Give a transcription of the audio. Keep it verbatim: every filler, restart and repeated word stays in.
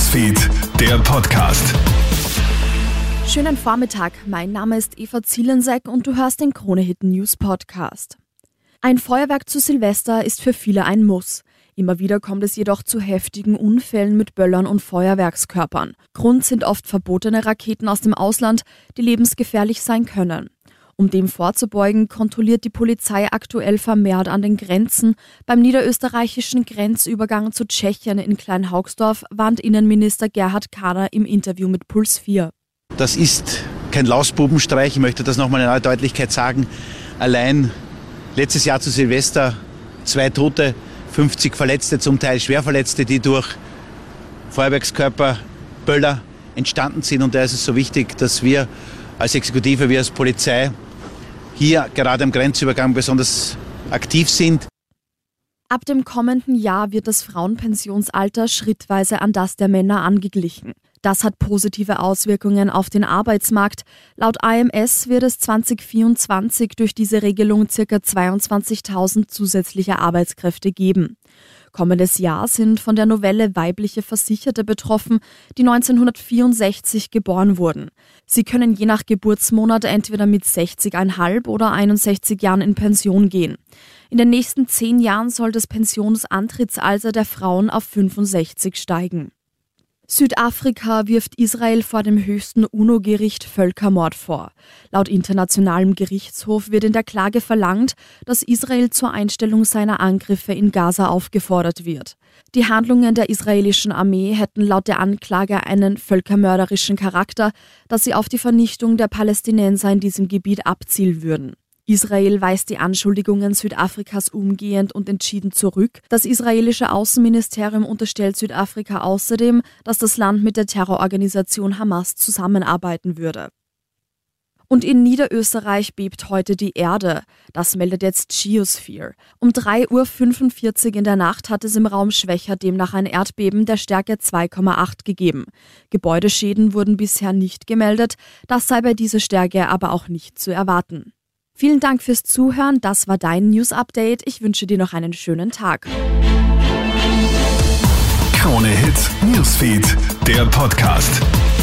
Newsfeed, der Podcast. Schönen Vormittag, mein Name ist Eva Zielenseck und du hörst den Krone-Hit News Podcast. Ein Feuerwerk zu Silvester ist für viele ein Muss. Immer wieder kommt es jedoch zu heftigen Unfällen mit Böllern und Feuerwerkskörpern. Grund sind oft verbotene Raketen aus dem Ausland, die lebensgefährlich sein können. Um dem vorzubeugen, kontrolliert die Polizei aktuell vermehrt an den Grenzen. Beim niederösterreichischen Grenzübergang zu Tschechien in Kleinhaugsdorf warnt Innenminister Gerhard Kahner im Interview mit Puls vier. Das ist kein Lausbubenstreich, ich möchte das nochmal in aller Deutlichkeit sagen. Allein letztes Jahr zu Silvester zwei Tote, fünfzig Verletzte, zum Teil Schwerverletzte, die durch Feuerwerkskörper, Böller entstanden sind. Und da ist es so wichtig, dass wir als Exekutive, wir als Polizei hier gerade am Grenzübergang besonders aktiv sind. Ab dem kommenden Jahr wird das Frauenpensionsalter schrittweise an das der Männer angeglichen. Das hat positive Auswirkungen auf den Arbeitsmarkt. Laut A M S wird es zwanzig vierundzwanzig durch diese Regelung ca. zweiundzwanzigtausend zusätzliche Arbeitskräfte geben. Kommendes Jahr sind von der Novelle weibliche Versicherte betroffen, die neunzehnhundertvierundsechzig geboren wurden. Sie können je nach Geburtsmonat entweder mit sechzig Komma fünf oder einundsechzig Jahren in Pension gehen. In den nächsten zehn Jahren soll das Pensionsantrittsalter der Frauen auf fünfundsechzig steigen. Südafrika wirft Israel vor dem höchsten UNO-Gericht Völkermord vor. Laut internationalem Gerichtshof wird in der Klage verlangt, dass Israel zur Einstellung seiner Angriffe in Gaza aufgefordert wird. Die Handlungen der israelischen Armee hätten laut der Anklage einen völkermörderischen Charakter, dass sie auf die Vernichtung der Palästinenser in diesem Gebiet abzielen würden. Israel weist die Anschuldigungen Südafrikas umgehend und entschieden zurück. Das israelische Außenministerium unterstellt Südafrika außerdem, dass das Land mit der Terrororganisation Hamas zusammenarbeiten würde. Und in Niederösterreich bebt heute die Erde. Das meldet jetzt Geosphere. Um drei Uhr fünfundvierzig in der Nacht hat es im Raum Schwächer demnach ein Erdbeben der Stärke zwei Komma acht gegeben. Gebäudeschäden wurden bisher nicht gemeldet. Das sei bei dieser Stärke aber auch nicht zu erwarten. Vielen Dank fürs Zuhören, das war dein News-Update. Ich wünsche dir noch einen schönen Tag. Krone-Hit Newsfeed, der Podcast.